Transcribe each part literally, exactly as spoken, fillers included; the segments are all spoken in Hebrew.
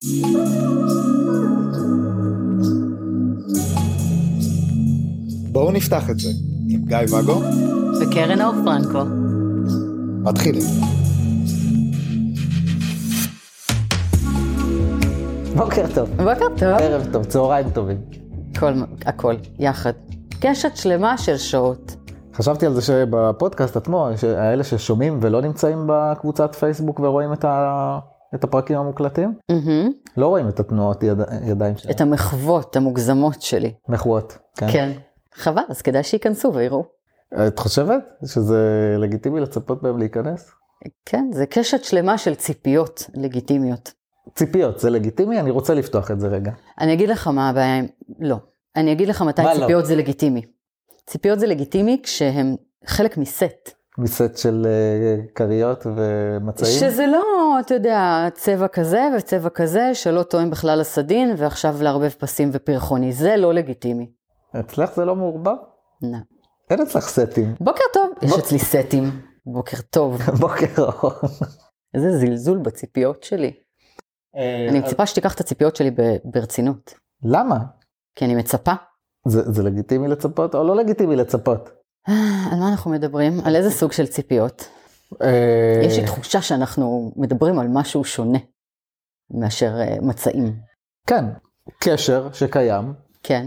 בואו נפתח את זה עם גיא וגו וקרן אור פרנקו. מתחילים. בוקר טוב. בוקר טוב. ערב טוב, צהריים טובים. כל, הכל, יחד. קשת שלמה של שעות. חשבתי על זה שבפודקאסט עצמו, האלה ששומעים ולא נמצאים בקבוצת פייסבוק ורואים את, ה... את הפרקים המוקלטים, Mm-hmm. לא רואים את התנועות יד... ידיים שלהם. את המחוות המוגזמות שלי. מחוות, כן. כן. חבל, אז כדאי שייכנסו ויראו. את חושבת שזה לגיטימי לצפות בהם להיכנס? כן, זה קשת שלמה של ציפיות לגיטימיות. ציפיות, זה לגיטימי? אני רוצה לפתוח את זה רגע. אני אגיד לך מה הבעיה, לא. אני אגיד לך מתי ציפיות לא? זה לגיטימי. ציפיות זה לגיטימי כשהם חלק מסט. מסט של uh, קריות ומצעים? שזה לא, אתה יודע, צבע כזה וצבע כזה, שלא תואם בכלל לסדין, ועכשיו לערבב פסים ופרחוני. זה לא לגיטימי. אצלך זה לא מעורבב? לא. אין אצלך סטים. בוקר טוב, יש בוק... אצלי סטים. בוקר טוב. בוקר אור. איזה זלזול בציפיות שלי. אני מצפה שתיקח את הציפיות שלי ברצינות. למה? כי אני מצפה. זה, זה לגיטימי לצפות או לא לגיטימי לצפות? על מה אנחנו מדברים? על איזה סוג של ציפיות? יש לי תחושה שאנחנו מדברים על משהו שונה מאשר מצעים. כן, קשר שקיים. כן.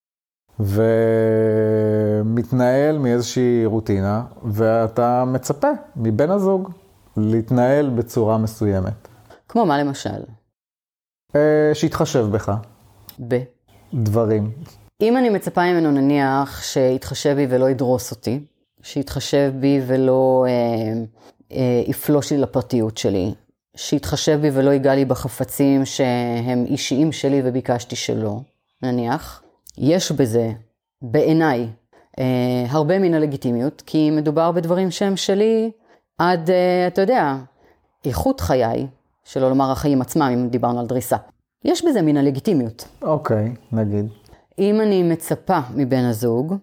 ומתנהל מאיזושהי רוטינה, ואתה מצפה מבן הזוג להתנהל בצורה מסוימת. כמו מה למשל? שיתחשב בך. ב? דברים. אם אני מצפה ממנו נניח שיתחשב בי ולא ידרוס אותי, שיתחשב בי ולא אה, אה, יפלוש לי לפרטיות שלי, שיתחשב בי ולא ייגע לי בחפצים שהם אישיים שלי וביקשתי שלא, נניח, יש בזה בעיניי אה, הרבה מן הלגיטימיות, כי מדובר בדברים שהם שלי עד, אה, אתה יודע, איכות חיי, שלא לומר החיים עצמם אם דיברנו על דריסה. יש בזה מן הלגיטימיות. אוקיי, נגיד. אם אני מצפה מבן הזוג,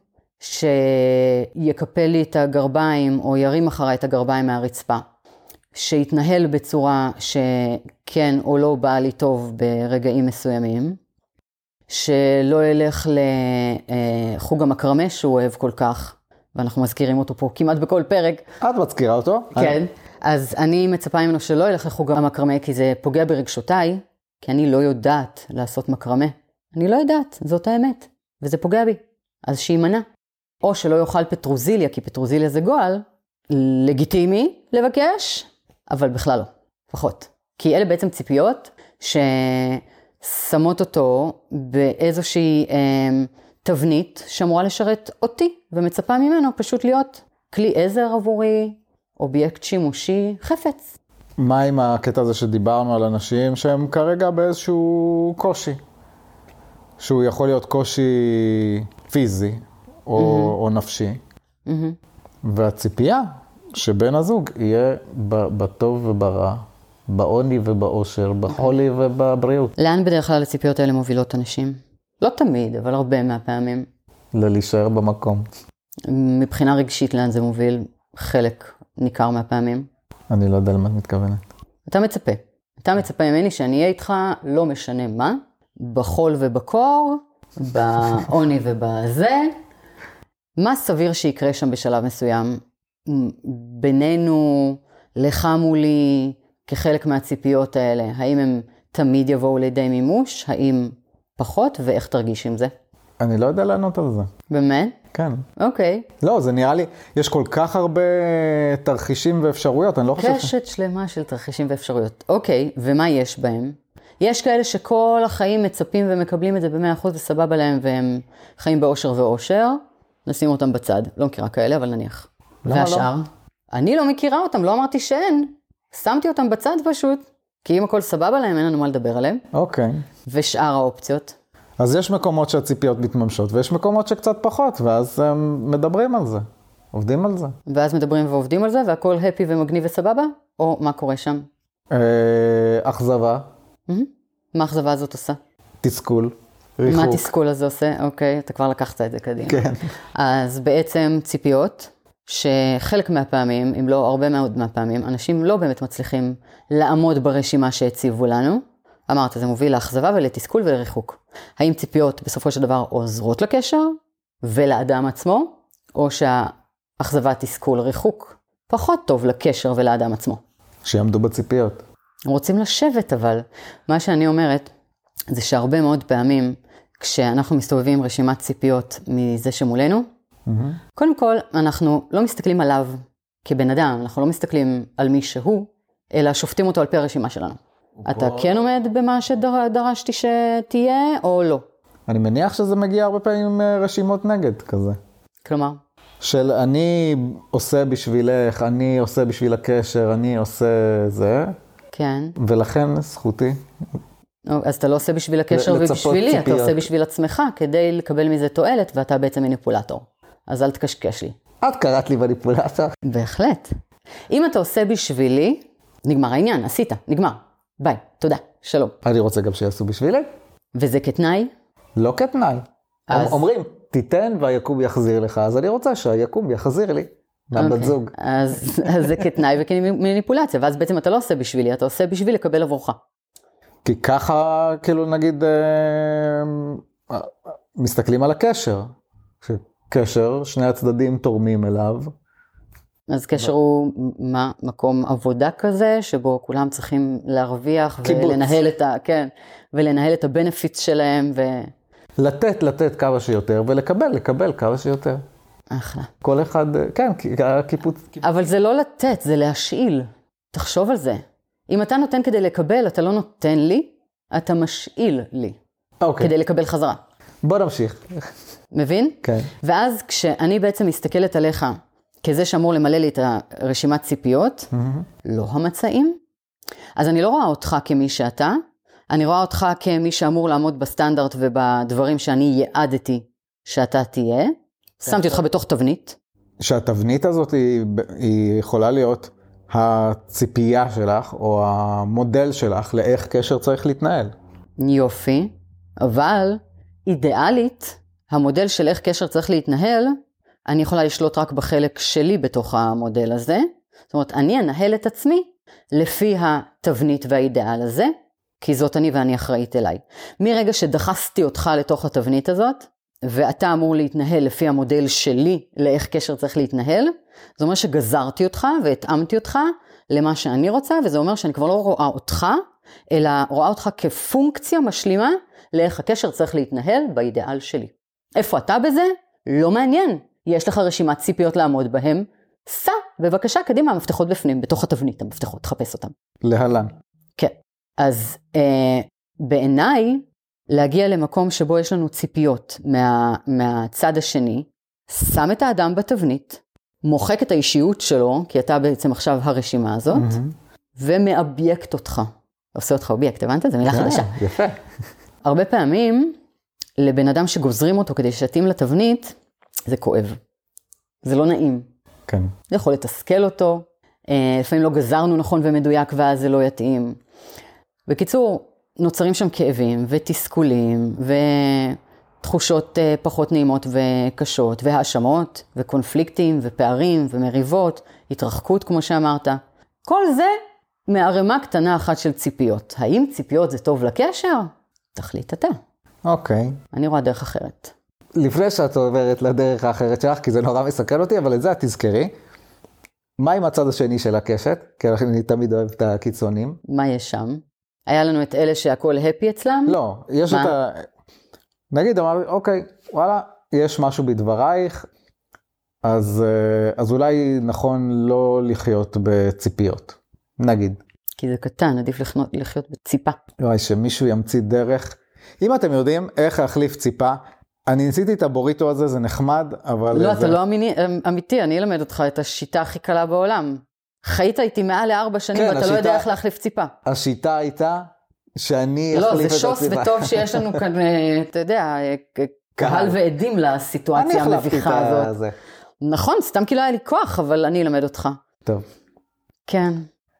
שיקפל לי את הגרביים, או ירים אחריי את הגרביים מהרצפה, שיתנהל בצורה שכן או לא בא לי טוב ברגעים מסוימים, שלא ילך לחוג המקרמה שהוא אוהב כל כך, ואנחנו מזכירים אותו פה כמעט בכל פרק. את מזכירה אותו? כן. אז אני מצפה ממנו שלא ילך לחוג המקרמה, כי זה פוגע ברגשותיי, כי אני לא יודעת לעשות מקרמה. אני לא יודעת, זאת האמת, וזה פוגע בי. אז שימנע. או שלא יאכל פטרוזיליה, כי פטרוזיליה זה גועל, לגיטימי לבקש, אבל בכלל לא, פחות. כי אלה בעצם ציפיות ששמות אותו באיזושהי אה, תבנית שאמורה לשרת אותי, ומצפה ממנו פשוט להיות כלי עזר עבורי, אובייקט שימושי, חפץ. מה עם הקטע הזה שדיברנו על אנשים שהם כרגע באיזשהו קושי? שהוא יכול להיות קושי פיזי או, mm-hmm. או נפשי. Mm-hmm. והציפייה שבן הזוג יהיה בטוב וברע, בעוני ובאושר, בחולי ובבריאות. לאן בדרך כלל הציפיות האלה מובילות אנשים? לא תמיד, אבל הרבה מהפעמים. ללהישאר במקום. מבחינה רגשית לאן זה מוביל חלק ניכר מהפעמים. אני לא יודע למה את מתכוונת. אתה מצפה. אתה מצפה ממני שאני אהיה איתך לא משנה מה, בחול ובקור, בעוני ובזה. מה סביר שיקרה שם בשלב מסוים? בינינו, לך מולי, כחלק מהציפיות האלה, האם הם תמיד יבואו לידי מימוש? האם פחות? ואיך תרגיש עם זה? אני לא יודע לענות על זה. באמת? כן. אוקיי. לא, זה נראה לי, יש כל כך הרבה תרחישים ואפשרויות, אני לא חושב... קשת שלמה של תרחישים ואפשרויות. אוקיי, ומה יש בהם? יש כאלה שכל החיים מצפים ומקבלים את זה ב-מאה אחוז וסבבה להם, והם חיים באושר ואושר, נשים אותם בצד. לא מכירה כאלה, אבל נניח. למה והשאר? לא? אני לא מכירה אותם, לא אמרתי שאין. שמתי אותם בצד פשוט, כי אם הכל סבבה להם, אין לנו מה לדבר עליהם. אוקיי. ושאר האופציות? אז יש מקומות שהציפיות מתממשות, ויש מקומות שקצת פחות, ואז הם מדברים על זה, עובדים על זה. ואז מדברים ועובדים על זה, והכל הפי ומגניב וסבבה? או מה קורה שם? אה, אכזבה. מה האכזבה הזאת עושה? תסכול, ריחוק. מה התסכול הזה עושה? אוקיי, אתה כבר לקחת את זה קדימה. כן. אז בעצם ציפיות, שחלק מהפעמים, אם לא הרבה מאוד מהפעמים, אנשים לא באמת מצליחים לעמוד ברשימה שהציבו לנו, אמרת, זה מוביל לאכזבה ולתסכול ולריחוק. האם ציפיות בסופו של דבר עוזרות לקשר ולאדם עצמו, או שהאכזבה, תסכול, ריחוק פחות טוב לקשר ולאדם עצמו? שיעמדו בציפיות. רוצים לשבת, אבל מה שאני אומרת, זה שהרבה מאוד פעמים, כשאנחנו מסתובבים רשימת ציפיות מזה שמולנו, mm-hmm. קודם כל, אנחנו לא מסתכלים עליו כבן אדם, אנחנו לא מסתכלים על מי שהוא, אלא שופטים אותו על פי הרשימה שלנו. אתה כן עומד במה שדרשתי שתהיה, או לא? אני מניח שזה מגיע הרבה פעמים עם רשימות נגד כזה. כלומר? של אני עושה בשבילך, אני עושה בשביל הקשר, אני עושה זה. כן. ולכן זכותי. אז אתה לא עושה בשביל הקשר ובשבילי, ציפיות. אתה עושה בשביל עצמך, כדי לקבל מזה תועלת, ואתה בעצם מניפולטור. אז אל תקשקש לי. את קראת לי מניפולטור. בהחלט. אם אתה עושה בשבילי, נגמר העניין, עשית, נגמר. ביי, תודה, שלום. אני רוצה גם שיעשו בשבילי. וזה כתנאי? לא כתנאי. אז... אומרים, תיתן והיקום יחזיר לך, אז אני רוצה שהיקום יחזיר לי. מהבת זוג. אז, אז זה כתנאי וכמניפולציה, ואז בעצם אתה לא עושה בשבילי, אתה עושה בשביל לקבל עבורך. כי ככה, כאילו נגיד, אה, מסתכלים על הקשר. קשר, שני הצדדים תורמים אליו. אז קשר הוא מה? מקום עבודה כזה, שבו כולם צריכים להרוויח ולנהל את ה, כן, ולנהל את הבנפיץ שלהם ו... לתת, לתת כמה שיותר, ולקבל, לקבל כמה שיותר. אחלה. כל אחד, כן, הקיפוץ. אבל זה לא לתת, זה להשאיל. תחשוב על זה. אם אתה נותן כדי לקבל, אתה לא נותן לי, אתה משאיל לי. אוקיי. כדי לקבל חזרה. בוא נמשיך. מבין? כן. ואז כשאני בעצם מסתכלת עליך, כזה שאמור למלא לי את הרשימת ציפיות, mm-hmm. לא המצאים, אז אני לא רואה אותך כמי שאתה, אני רואה אותך כמי שאמור לעמוד בסטנדרט ובדברים שאני יעדתי שאתה תהיה, שמתי אותך בתוך תבנית. שהתבנית הזאת היא, היא יכולה להיות הציפייה שלך, או המודל שלך, לאיך קשר צריך להתנהל. יופי, אבל אידיאלית, המודל של איך קשר צריך להתנהל, אני יכולה לשלוט רק בחלק שלי בתוך המודל הזה. זאת אומרת, אני אנהל את עצמי לפי התבנית והאידיאל הזה, כי זאת אני ואני אחראית אליי. מרגע שדחסתי אותך לתוך התבנית הזאת, ואתה אמור להתנהל לפי המודל שלי לאיך קשר צריך להתנהל, זה אומר שגזרתי אותך והתאמתי אותך למה שאני רוצה, וזה אומר שאני כבר לא רואה אותך, אלא רואה אותך כפונקציה משלימה לאיך הקשר צריך להתנהל באידיאל שלי. איפה אתה בזה? לא מעניין. יש לך רשימת ציפיות לעמוד בהם, סע, בבקשה, קדימה, המפתחות בפנים, בתוך התבנית, המפתחות, תחפש אותם. להלן. כן. אז אה, בעיניי, להגיע למקום שבו יש לנו ציפיות מה, מהצד השני, שם את האדם בתבנית, מוחק את האישיות שלו, כי אתה בעצם עכשיו הרשימה הזאת, mm-hmm. ומאבייקט אותך. עושה אותך אובייקט, הבנת? זו מילה חדשה. יפה. הרבה פעמים, לבן אדם שגוזרים אותו כדי שתתאים לתבנית, זה כואב. זה לא נעים. כן. זה יכול לתסכל אותו, לפעמים לא גזרנו נכון ומדויק, ואז זה לא יתאים. בקיצור, נוצרים שם כאבים ותסכולים ותחושות פחות נעימות וקשות והאשמות וקונפליקטים ופערים ומריבות, התרחקות כמו שאמרת. כל זה מערמה קטנה אחת של ציפיות. האם ציפיות זה טוב לקשר? תחליט אתה. אוקיי. אני רואה דרך אחרת. לפני שאת עוברת לדרך האחרת שלך, כי זה נורא מסקרן אותי, אבל את זה את תזכרי. מה עם הצד השני של הקשת? כי אני תמיד אוהב את הקיצונים. מה יש שם? היה לנו את אלה שהכל הפי אצלם? לא, יש מה? את ה... נגיד, אמר, אוקיי, וואלה, יש משהו בדברייך, אז, אז אולי נכון לא לחיות בציפיות. נגיד. כי זה קטן, עדיף לחיות, לחיות בציפה. אולי שמישהו ימציא דרך. אם אתם יודעים איך להחליף ציפה, אני ניסיתי את הבוריטו הזה, זה נחמד, אבל... לא, זה... אתה לא אמיני, אמיתי, אני אלמד אותך את השיטה הכי קלה בעולם. חיית איתי מעל לארבע שנים, כן, ואתה השיטה, לא יודע איך להחליף ציפה. השיטה הייתה שאני אחליף לא, את הציפה. לא, זה שוס וטוב שיש לנו כאן, אתה יודע, קהל ועדים לסיטואציה המביכה הזאת. זה. נכון, סתם כי לא היה לי כוח, אבל אני אלמד אותך. טוב. כן.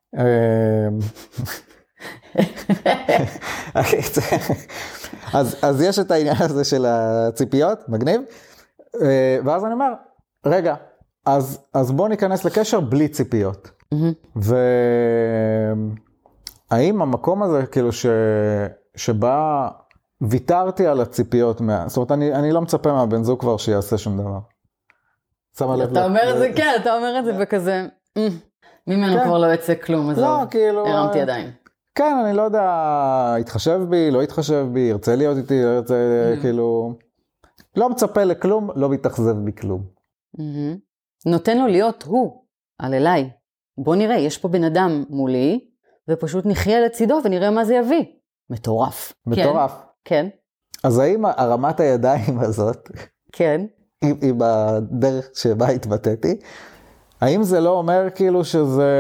אז, אז יש את העניין הזה של הציפיות, מגניב, ואז אני אומר, רגע, אז, אז בוא ניכנס לקשר בלי ציפיות. Mm-hmm. האם המקום הזה, כאילו, ש... שבה ויתרתי על הציפיות, מה... זאת אומרת, אני, אני לא מצפה מהבן זוג כבר שיעשה שום דבר. שמה לב. אתה אומר את זה, כן, אתה אומר את זה בכזה, ממנו כבר לא יצא כלום, אז הרמתי ידיים. כן, אני לא יודע, התחשב בי, לא התחשב בי, ירצה להיות איתי, לא ירצה, כאילו, לא מצפה לכלום, לא מתאכזב בי כלום. נותן לו להיות הוא, על אליי. בוא נראה, יש פה בן אדם מולי, ופשוט נחיה לצידו ונראה מה זה יביא. מטורף. מטורף. כן. אז האם הרמת הידיים הזאת, כן. עם, עם הדרך שבה התבטאתי, האם זה לא אומר כאילו שזה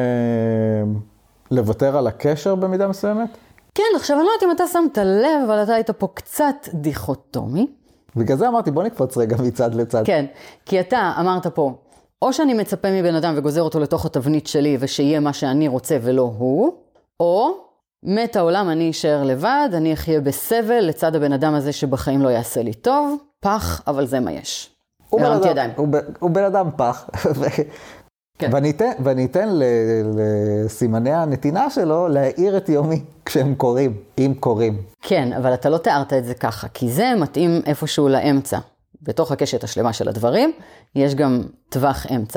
לוותר על הקשר במידה מסוימת? כן, עכשיו אני לא יודעת אם אתה שמת לב, אבל אתה היית פה קצת דיכוטומי. בגלל זה אמרתי, בוא נקפוץ רגע מצד לצד. כן, כי אתה אמרת פה, או שאני מצפה מבן אדם וגוזר אותו לתוך התבנית שלי, ושיהיה מה שאני רוצה ולא הוא, או מת העולם, אני אשאר לבד, אני אחיה בסבל לצד הבן אדם הזה שבחיים לא יעשה לי טוב, פח, אבל זה מה יש. הרמתי ידיים. הוא, הוא בן אדם פח. כן. ואני אתן, ואני אתן לסימני הנתינה שלו להאיר את יומי כשהם קוראים, אם קוראים. כן, אבל אתה לא תיארת את זה ככה, כי זה מתאים איפשהו לאמצע. בתוך הקשת השלמה של הדברים, יש גם טווח אמצע.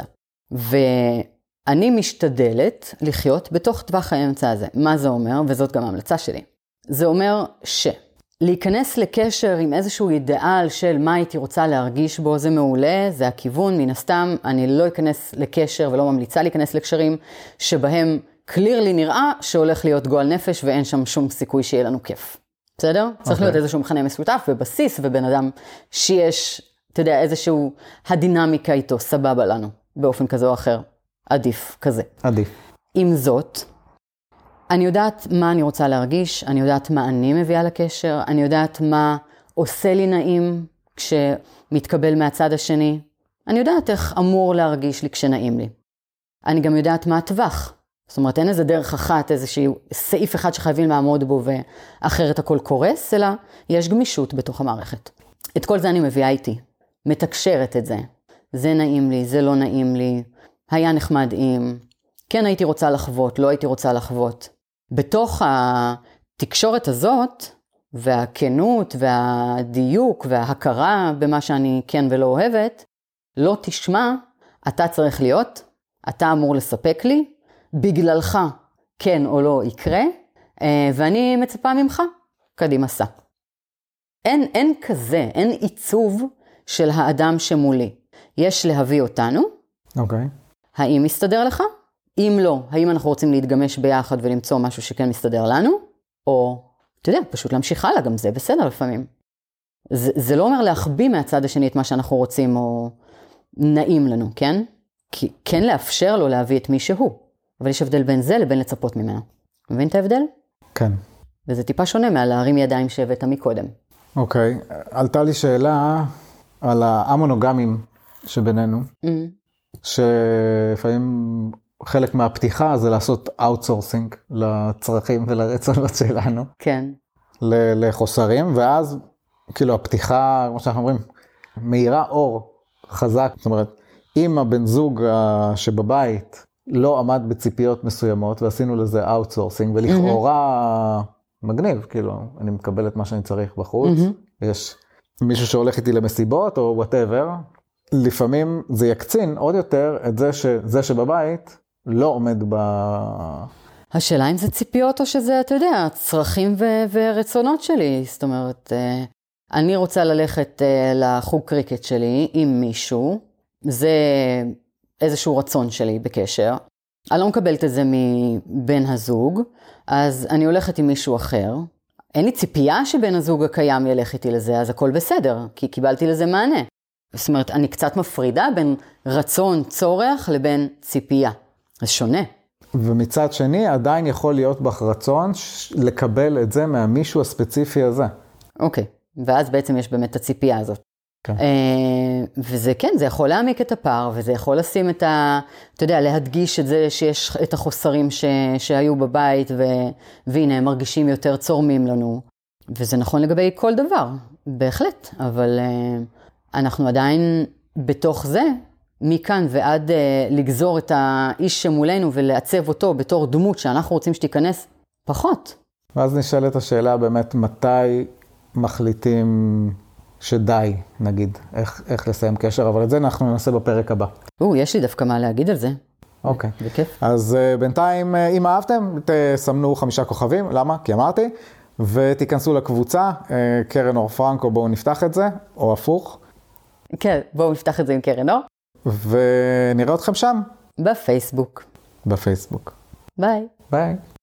ואני משתדלת לחיות בתוך טווח האמצע הזה. מה זה אומר? וזאת גם ההמלצה שלי. זה אומר ש... להיכנס לקשר עם איזשהו אידיאל של מה הייתי רוצה להרגיש בו, זה מעולה, זה הכיוון, מן הסתם, אני לא אכנס לקשר ולא ממליצה להיכנס לקשרים שבהם קלירלי נראה שהולך להיות גועל נפש ואין שם שום סיכוי שיהיה לנו כיף. בסדר? Okay. צריך להיות איזשהו מכנה משותף ובסיס ובן אדם שיש, אתה יודע, איזשהו הדינמיקה איתו, סבבה לנו, באופן כזה או אחר, עדיף כזה. עדיף. עם זאת, אני יודעת מה אני רוצה להרגיש, אני יודעת מה אני מביאה לקשר, אני יודעת מה עושה לי נעים כשמתקבל מהצד השני. אני יודעת איך אמור להרגיש לי כשנעים לי. אני גם יודעת מה הטווח. זאת אומרת, אין איזה דרך אחת, איזשהו סעיף אחד שחייבים לעמוד בו ואחרת הכל קורס, אלא יש גמישות בתוך המערכת. את כל זה אני מביאה איתי, מתקשרת את זה. זה נעים לי, זה לא נעים לי, היה נחמד עם, כן הייתי רוצה לחוות, לא הייתי רוצה לחוות. בתוך התקשורת הזאת, והכנות והדיוק וההכרה במה שאני כן ולא אוהבת, לא תשמע, אתה צריך להיות, אתה אמור לספק לי, בגללך כן או לא יקרה, ואני מצפה ממך, קדימה סע. אין, אין כזה, אין עיצוב של האדם שמולי. יש להביא אותנו. אוקיי. Okay. האם מסתדר לך? אם לא, האם אנחנו רוצים להתגמש ביחד ולמצוא משהו שכן מסתדר לנו? או, אתה יודע, פשוט להמשיך הלאה, גם זה בסדר לפעמים. זה, זה לא אומר להחביא מהצד השני את מה שאנחנו רוצים או נעים לנו, כן? כי כן לאפשר לו להביא את מי שהוא. אבל יש הבדל בין זה לבין לצפות ממנו. מבין את ההבדל? כן. וזה טיפה שונה מהלהרים ידיים שהבאת מקודם. אוקיי. עלתה לי שאלה על המונוגמים שבינינו, mm-hmm. שלפעמים חלק מהפתיחה זה לעשות אאוטסורסינג לצרכים ולרצונות שלנו. כן. לחוסרים, ואז כאילו הפתיחה, כמו שאנחנו אומרים, מאירה אור חזק. זאת אומרת, אם הבן זוג שבבית לא עמד בציפיות מסוימות, ועשינו לזה אאוטסורסינג, ולכאורה mm-hmm. מגניב, כאילו, אני מקבל את מה שאני צריך בחוץ, mm-hmm. יש מישהו שהולך איתי למסיבות, או whatever, לפעמים זה יקצין עוד יותר את זה שזה שבבית לא עומד ב... השאלה אם זה ציפיות או שזה, אתה יודע, צרכים ו- ורצונות שלי. זאת אומרת, אני רוצה ללכת לחוג קריקט שלי עם מישהו, זה איזשהו רצון שלי בקשר. אני לא מקבלת את זה מבן הזוג, אז אני הולכת עם מישהו אחר. אין לי ציפייה שבן הזוג הקיים ילך איתי לזה, אז הכל בסדר, כי קיבלתי לזה מענה. זאת אומרת, אני קצת מפרידה בין רצון, צורך, לבין ציפייה. זה שונה. ומצד שני, עדיין יכול להיות בך רצון לקבל את זה מהמישהו הספציפי הזה. אוקיי, ואז בעצם יש באמת הציפייה הזאת. כן. וזה כן, זה יכול להעמיק את הפער, וזה יכול לשים את ה... אתה יודע, להדגיש את זה שיש את החוסרים ש... שהיו בבית, ו... והנה, הם מרגישים יותר צורמים לנו. וזה נכון לגבי כל דבר, בהחלט. אבל אנחנו עדיין בתוך זה, מכאן ועד לגזור את האיש שמולנו ולעצב אותו בתור דמות שאנחנו רוצים שתיכנס פחות. ואז נשאלת השאלה באמת, מתי מחליטים שדי, נגיד, איך, איך לסיים קשר, אבל את זה אנחנו ננסה בפרק הבא. או, יש לי דווקא מה להגיד על זה. אוקיי. בכיף. אז uh, בינתיים, uh, אם אהבתם, תסמנו חמישה כוכבים, למה? כי אמרתי, ותיכנסו לקבוצה, uh, קרן אור פרנקו, בואו נפתח את זה, או הפוך. כן, בואו נפתח את זה עם קרן אור. ונראה אתכם שם. בפייסבוק. בפייסבוק. ביי. ביי.